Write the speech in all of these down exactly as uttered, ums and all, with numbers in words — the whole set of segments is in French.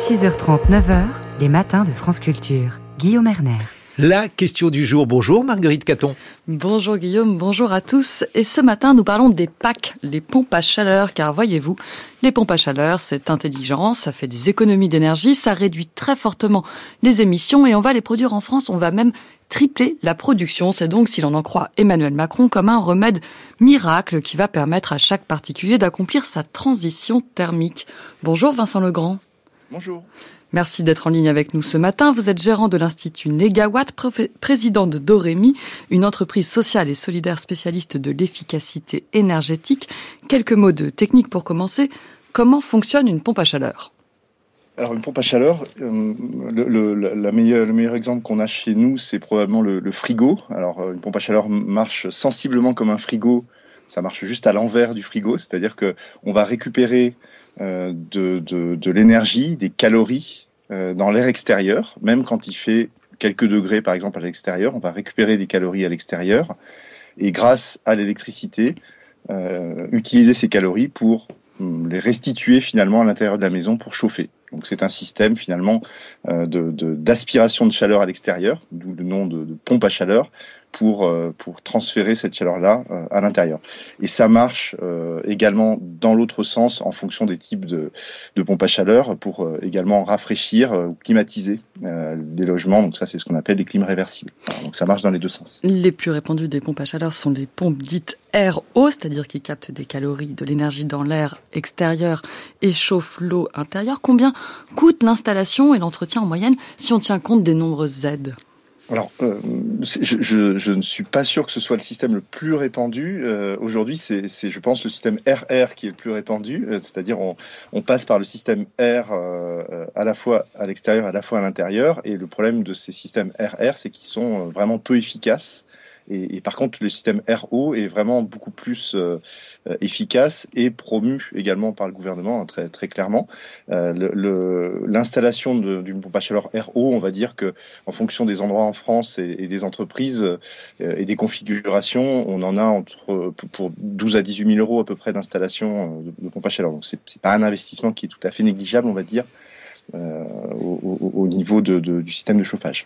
six heures trente, neuf heures, les matins de France Culture. Guillaume Erner. La question du jour. Bonjour Marguerite Caton. Bonjour Guillaume, bonjour à tous. Et ce matin, nous parlons des P A C, les pompes à chaleur, car voyez-vous, les pompes à chaleur, c'est intelligent, ça fait des économies d'énergie, ça réduit très fortement les émissions et on va les produire en France, on va même tripler la production. C'est donc, si l'on en croit Emmanuel Macron, comme un remède miracle qui va permettre à chaque particulier d'accomplir sa transition thermique. Bonjour Vincent Legrand. Bonjour. Merci d'être en ligne avec nous ce matin. Vous êtes gérant de l'Institut Négawatt, pré- président de Doremi, une entreprise sociale et solidaire spécialiste de l'efficacité énergétique. Quelques mots de technique pour commencer. Comment fonctionne une pompe à chaleur ? Alors une pompe à chaleur, euh, le, le, la meilleure, le meilleur exemple qu'on a chez nous, c'est probablement le, le frigo. Alors une pompe à chaleur marche sensiblement comme un frigo. Ça marche juste à l'envers du frigo, c'est-à-dire que on va récupérer euh, de, de, de l'énergie, des calories euh, dans l'air extérieur, même quand il fait quelques degrés par exemple à l'extérieur, on va récupérer des calories à l'extérieur et grâce à l'électricité, euh, utiliser ces calories pour euh, les restituer finalement à l'intérieur de la maison pour chauffer. Donc c'est un système finalement euh, de, de, d'aspiration de chaleur à l'extérieur, d'où le nom de, de pompe à chaleur, pour, euh, pour transférer cette chaleur-là euh, à l'intérieur. Et ça marche euh, également dans l'autre sens en fonction des types de, de pompes à chaleur pour euh, également rafraîchir euh, ou climatiser euh, des logements. Donc ça c'est ce qu'on appelle des clims réversibles. Alors, donc ça marche dans les deux sens. Les plus répandues des pompes à chaleur sont les pompes dites R O, c'est-à-dire qui captent des calories, de l'énergie dans l'air extérieur et chauffent l'eau intérieure. Combien coûte l'installation et l'entretien en moyenne si on tient compte des nombreuses aides ? Alors, euh, je, je, je ne suis pas sûr que ce soit le système le plus répandu. Euh, aujourd'hui, c'est, c'est, je pense, le système R R qui est le plus répandu. Euh, c'est-à-dire, on, on passe par le système R euh, à la fois à l'extérieur, à la fois à l'intérieur. Et le problème de ces systèmes R R, c'est qu'ils sont vraiment peu efficaces. Et, et par contre, le système R O est vraiment beaucoup plus euh, efficace et promu également par le gouvernement, hein, très très clairement. Euh, le, le, l'installation de, d'une pompe à chaleur R O, on va dire que en fonction des endroits en France et, et des entreprises euh, et des configurations, on en a entre pour, pour douze à dix-huit mille euros à peu près d'installation de, de pompe à chaleur. Donc c'est, c'est pas un investissement qui est tout à fait négligeable, on va dire, euh, au, au, au niveau de, de, du système de chauffage.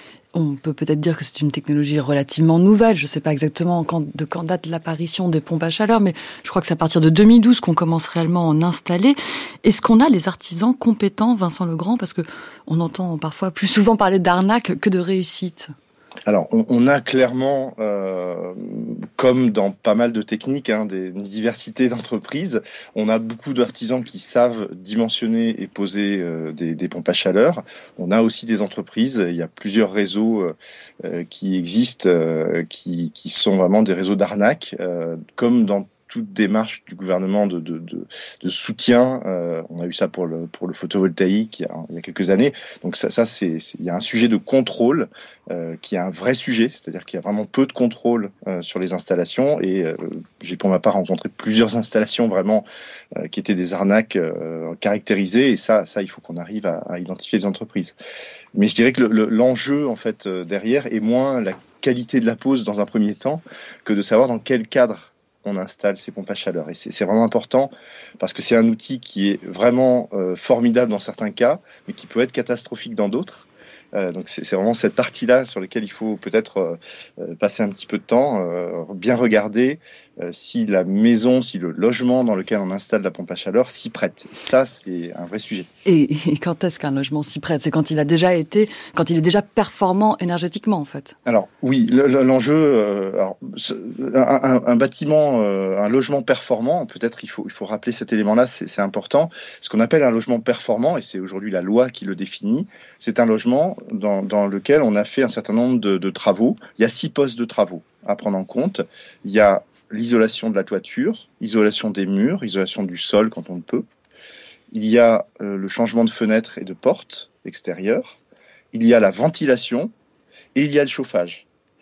On peut peut-être dire que c'est une technologie relativement nouvelle. Je ne sais pas exactement quand, de quand date l'apparition des pompes à chaleur, mais je crois que c'est à partir de deux mille douze qu'on commence réellement à en installer. Est-ce qu'on a les artisans compétents, Vincent Legrand, parce que on entend parfois plus souvent parler d'arnaque que de réussite ? Alors, on, on a clairement, euh, comme dans pas mal de techniques, hein, des, une diversité d'entreprises. On a beaucoup d'artisans qui savent dimensionner et poser euh, des, des pompes à chaleur. On a aussi des entreprises, il y a plusieurs réseaux euh, qui existent, euh, qui, qui sont vraiment des réseaux d'arnaque, euh, comme dans toute démarche du gouvernement de, de, de, de soutien. Euh, on a eu ça pour le, pour le photovoltaïque il y a, il y a quelques années. Donc ça, ça c'est, c'est, il y a un sujet de contrôle euh, qui est un vrai sujet, c'est-à-dire qu'il y a vraiment peu de contrôle euh, sur les installations. Et euh, j'ai pour ma part rencontré plusieurs installations vraiment euh, qui étaient des arnaques euh, caractérisées. Et ça, ça, il faut qu'on arrive à, à identifier les entreprises. Mais je dirais que le, le, l'enjeu en fait euh, derrière est moins la qualité de la pose dans un premier temps que de savoir dans quel cadre on installe ces pompes à chaleur. Et c'est, c'est vraiment important parce que c'est un outil qui est vraiment euh, formidable dans certains cas, mais qui peut être catastrophique dans d'autres. Euh, donc c'est, c'est vraiment cette partie-là sur laquelle il faut peut-être euh, passer un petit peu de temps, euh, bien regarder euh, si la maison, si le logement dans lequel on installe la pompe à chaleur s'y prête. Et ça, c'est un vrai sujet. Et, et quand est-ce qu'un logement s'y prête ? C'est quand il a déjà été, quand il est déjà performant énergétiquement, en fait. Alors oui, le, le, l'enjeu, euh, alors, un, un, un bâtiment, euh, un logement performant, peut-être il faut il faut rappeler cet élément-là, c'est, c'est important. Ce qu'on appelle un logement performant, et c'est aujourd'hui la loi qui le définit, c'est un logement Dans, dans lequel on a fait un certain nombre de, de travaux. Il y a six postes de travaux à prendre en compte. Il y a l'isolation de la toiture, isolation des murs, isolation du sol quand on le peut. Il y a euh, le changement de fenêtres et de portes extérieures. Il y a la ventilation et il y a le chauffage.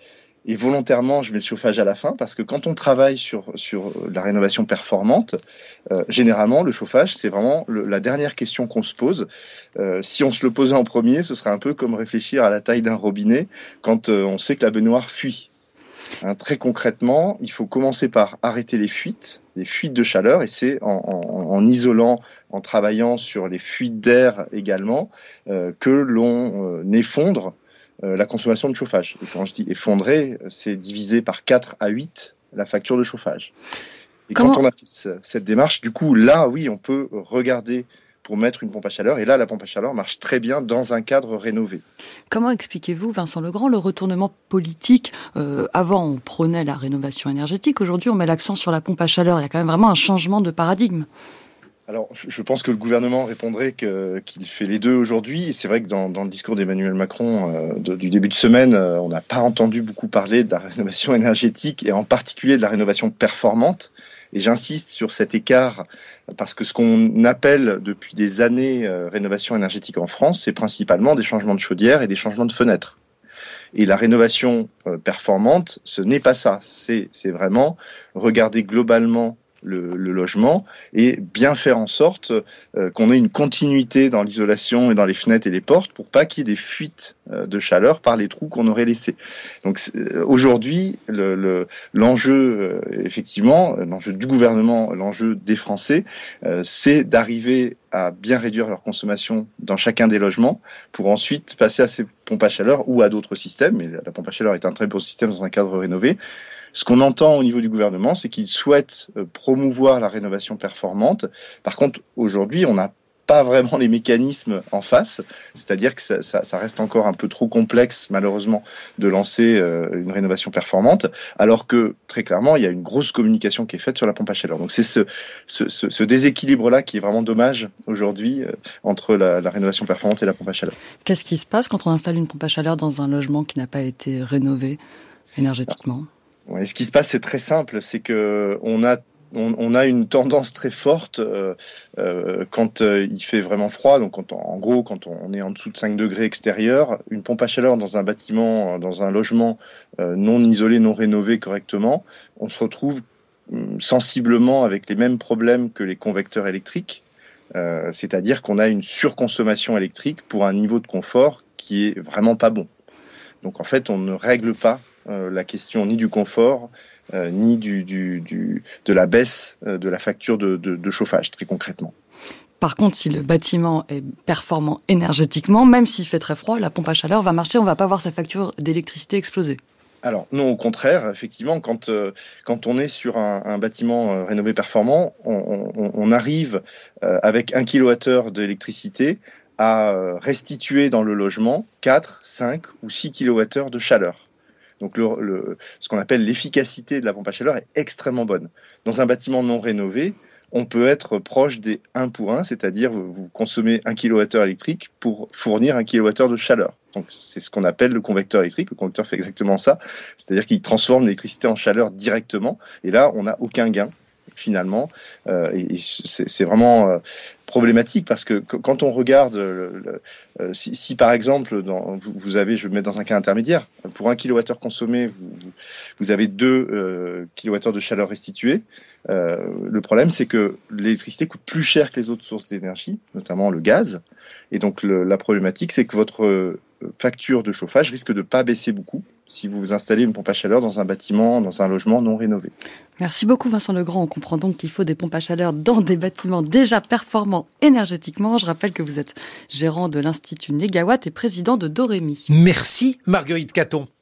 Et volontairement, je mets le chauffage à la fin parce que quand on travaille sur, sur la rénovation performante, euh, généralement, le chauffage, c'est vraiment le, la dernière question qu'on se pose. Euh, si on se le posait en premier, ce serait un peu comme réfléchir à la taille d'un robinet quand euh, on sait que la baignoire fuit. Hein, très concrètement, il faut commencer par arrêter les fuites, les fuites de chaleur, et c'est en, en, en isolant, en travaillant sur les fuites d'air également, euh, que l'on euh, effondre euh, la consommation de chauffage. Et quand je dis effondrer, c'est diviser par quatre à huit la facture de chauffage. Et Comment... quand on a fait cette démarche, du coup, là, oui, on peut regarder pour mettre une pompe à chaleur. Et là, la pompe à chaleur marche très bien dans un cadre rénové. Comment expliquez-vous, Vincent Legrand, le retournement politique ? euh, Avant, on prônait la rénovation énergétique. Aujourd'hui, on met l'accent sur la pompe à chaleur. Il y a quand même vraiment un changement de paradigme. Alors, je pense que le gouvernement répondrait que, qu'il fait les deux aujourd'hui. Et c'est vrai que dans, dans le discours d'Emmanuel Macron euh, de, du début de semaine, euh, on n'a pas entendu beaucoup parler de la rénovation énergétique et en particulier de la rénovation performante. Et j'insiste sur cet écart parce que ce qu'on appelle depuis des années euh, rénovation énergétique en France, c'est principalement des changements de chaudière et des changements de fenêtres. Et la rénovation euh, performante, ce n'est pas ça. C'est, c'est vraiment regarder globalement Le, le logement et bien faire en sorte euh, qu'on ait une continuité dans l'isolation et dans les fenêtres et les portes pour pas qu'il y ait des fuites euh, de chaleur par les trous qu'on aurait laissés. Donc euh, aujourd'hui, le, le, l'enjeu, euh, effectivement, l'enjeu du gouvernement, l'enjeu des Français, euh, c'est d'arriver à bien réduire leur consommation dans chacun des logements pour ensuite passer à ces pompes à chaleur ou à d'autres systèmes. Mais la pompe à chaleur est un très beau système dans un cadre rénové. Ce qu'on entend au niveau du gouvernement, c'est qu'ils souhaitent promouvoir la rénovation performante. Par contre, aujourd'hui, on n'a pas vraiment les mécanismes en face, c'est-à-dire que ça, ça, ça reste encore un peu trop complexe, malheureusement, de lancer euh, une rénovation performante, alors que, très clairement, il y a une grosse communication qui est faite sur la pompe à chaleur. Donc c'est ce, ce, ce, ce déséquilibre-là qui est vraiment dommage aujourd'hui euh, entre la, la rénovation performante et la pompe à chaleur. Qu'est-ce qui se passe quand on installe une pompe à chaleur dans un logement qui n'a pas été rénové énergétiquement ? Ouais, ce qui se passe, c'est très simple, c'est que on a on, on a une tendance très forte euh, euh, quand euh, il fait vraiment froid. Donc, quand on, en gros, quand on est en dessous de cinq degrés extérieur, une pompe à chaleur dans un bâtiment, dans un logement euh, non isolé, non rénové correctement, on se retrouve sensiblement avec les mêmes problèmes que les convecteurs électriques. Euh, c'est-à-dire qu'on a une surconsommation électrique pour un niveau de confort qui est vraiment pas bon. Donc, en fait, on ne règle pas Euh, la question ni du confort, euh, ni du, du, du, de la baisse euh, de la facture de, de, de chauffage, très concrètement. Par contre, si le bâtiment est performant énergétiquement, même s'il fait très froid, la pompe à chaleur va marcher, on ne va pas voir sa facture d'électricité exploser. Alors non, au contraire, effectivement, quand, euh, quand on est sur un, un bâtiment euh, rénové performant, on, on, on arrive euh, avec un kilowattheure d'électricité à restituer dans le logement quatre, cinq ou six kilowattheures de chaleur. Donc le, le, ce qu'on appelle l'efficacité de la pompe à chaleur est extrêmement bonne. Dans un bâtiment non rénové, on peut être proche des un pour un, c'est-à-dire vous consommez un kilowattheure électrique pour fournir un kilowattheure de chaleur. Donc c'est ce qu'on appelle le convecteur électrique. Le convecteur fait exactement ça, c'est-à-dire qu'il transforme l'électricité en chaleur directement. Et là, on n'a aucun gain finalement. Euh, et, et c'est, c'est vraiment euh, problématique parce que quand on regarde, le, le, euh, si, si par exemple, dans, vous, vous avez, je vais me mettre dans un cas intermédiaire, pour un kilowattheure consommé, vous, vous avez deux euh, kilowattheures de chaleur restituée. Euh, le problème, c'est que l'électricité coûte plus cher que les autres sources d'énergie, notamment le gaz. Et donc le, la problématique, c'est que votre euh, facture de chauffage risque de pas baisser beaucoup si vous installez une pompe à chaleur dans un bâtiment, dans un logement non rénové. Merci beaucoup Vincent Legrand. On comprend donc qu'il faut des pompes à chaleur dans des bâtiments déjà performants énergétiquement. Je rappelle que vous êtes gérant de l'Institut Négawatt et président de Dorémy. Merci Marguerite Caton.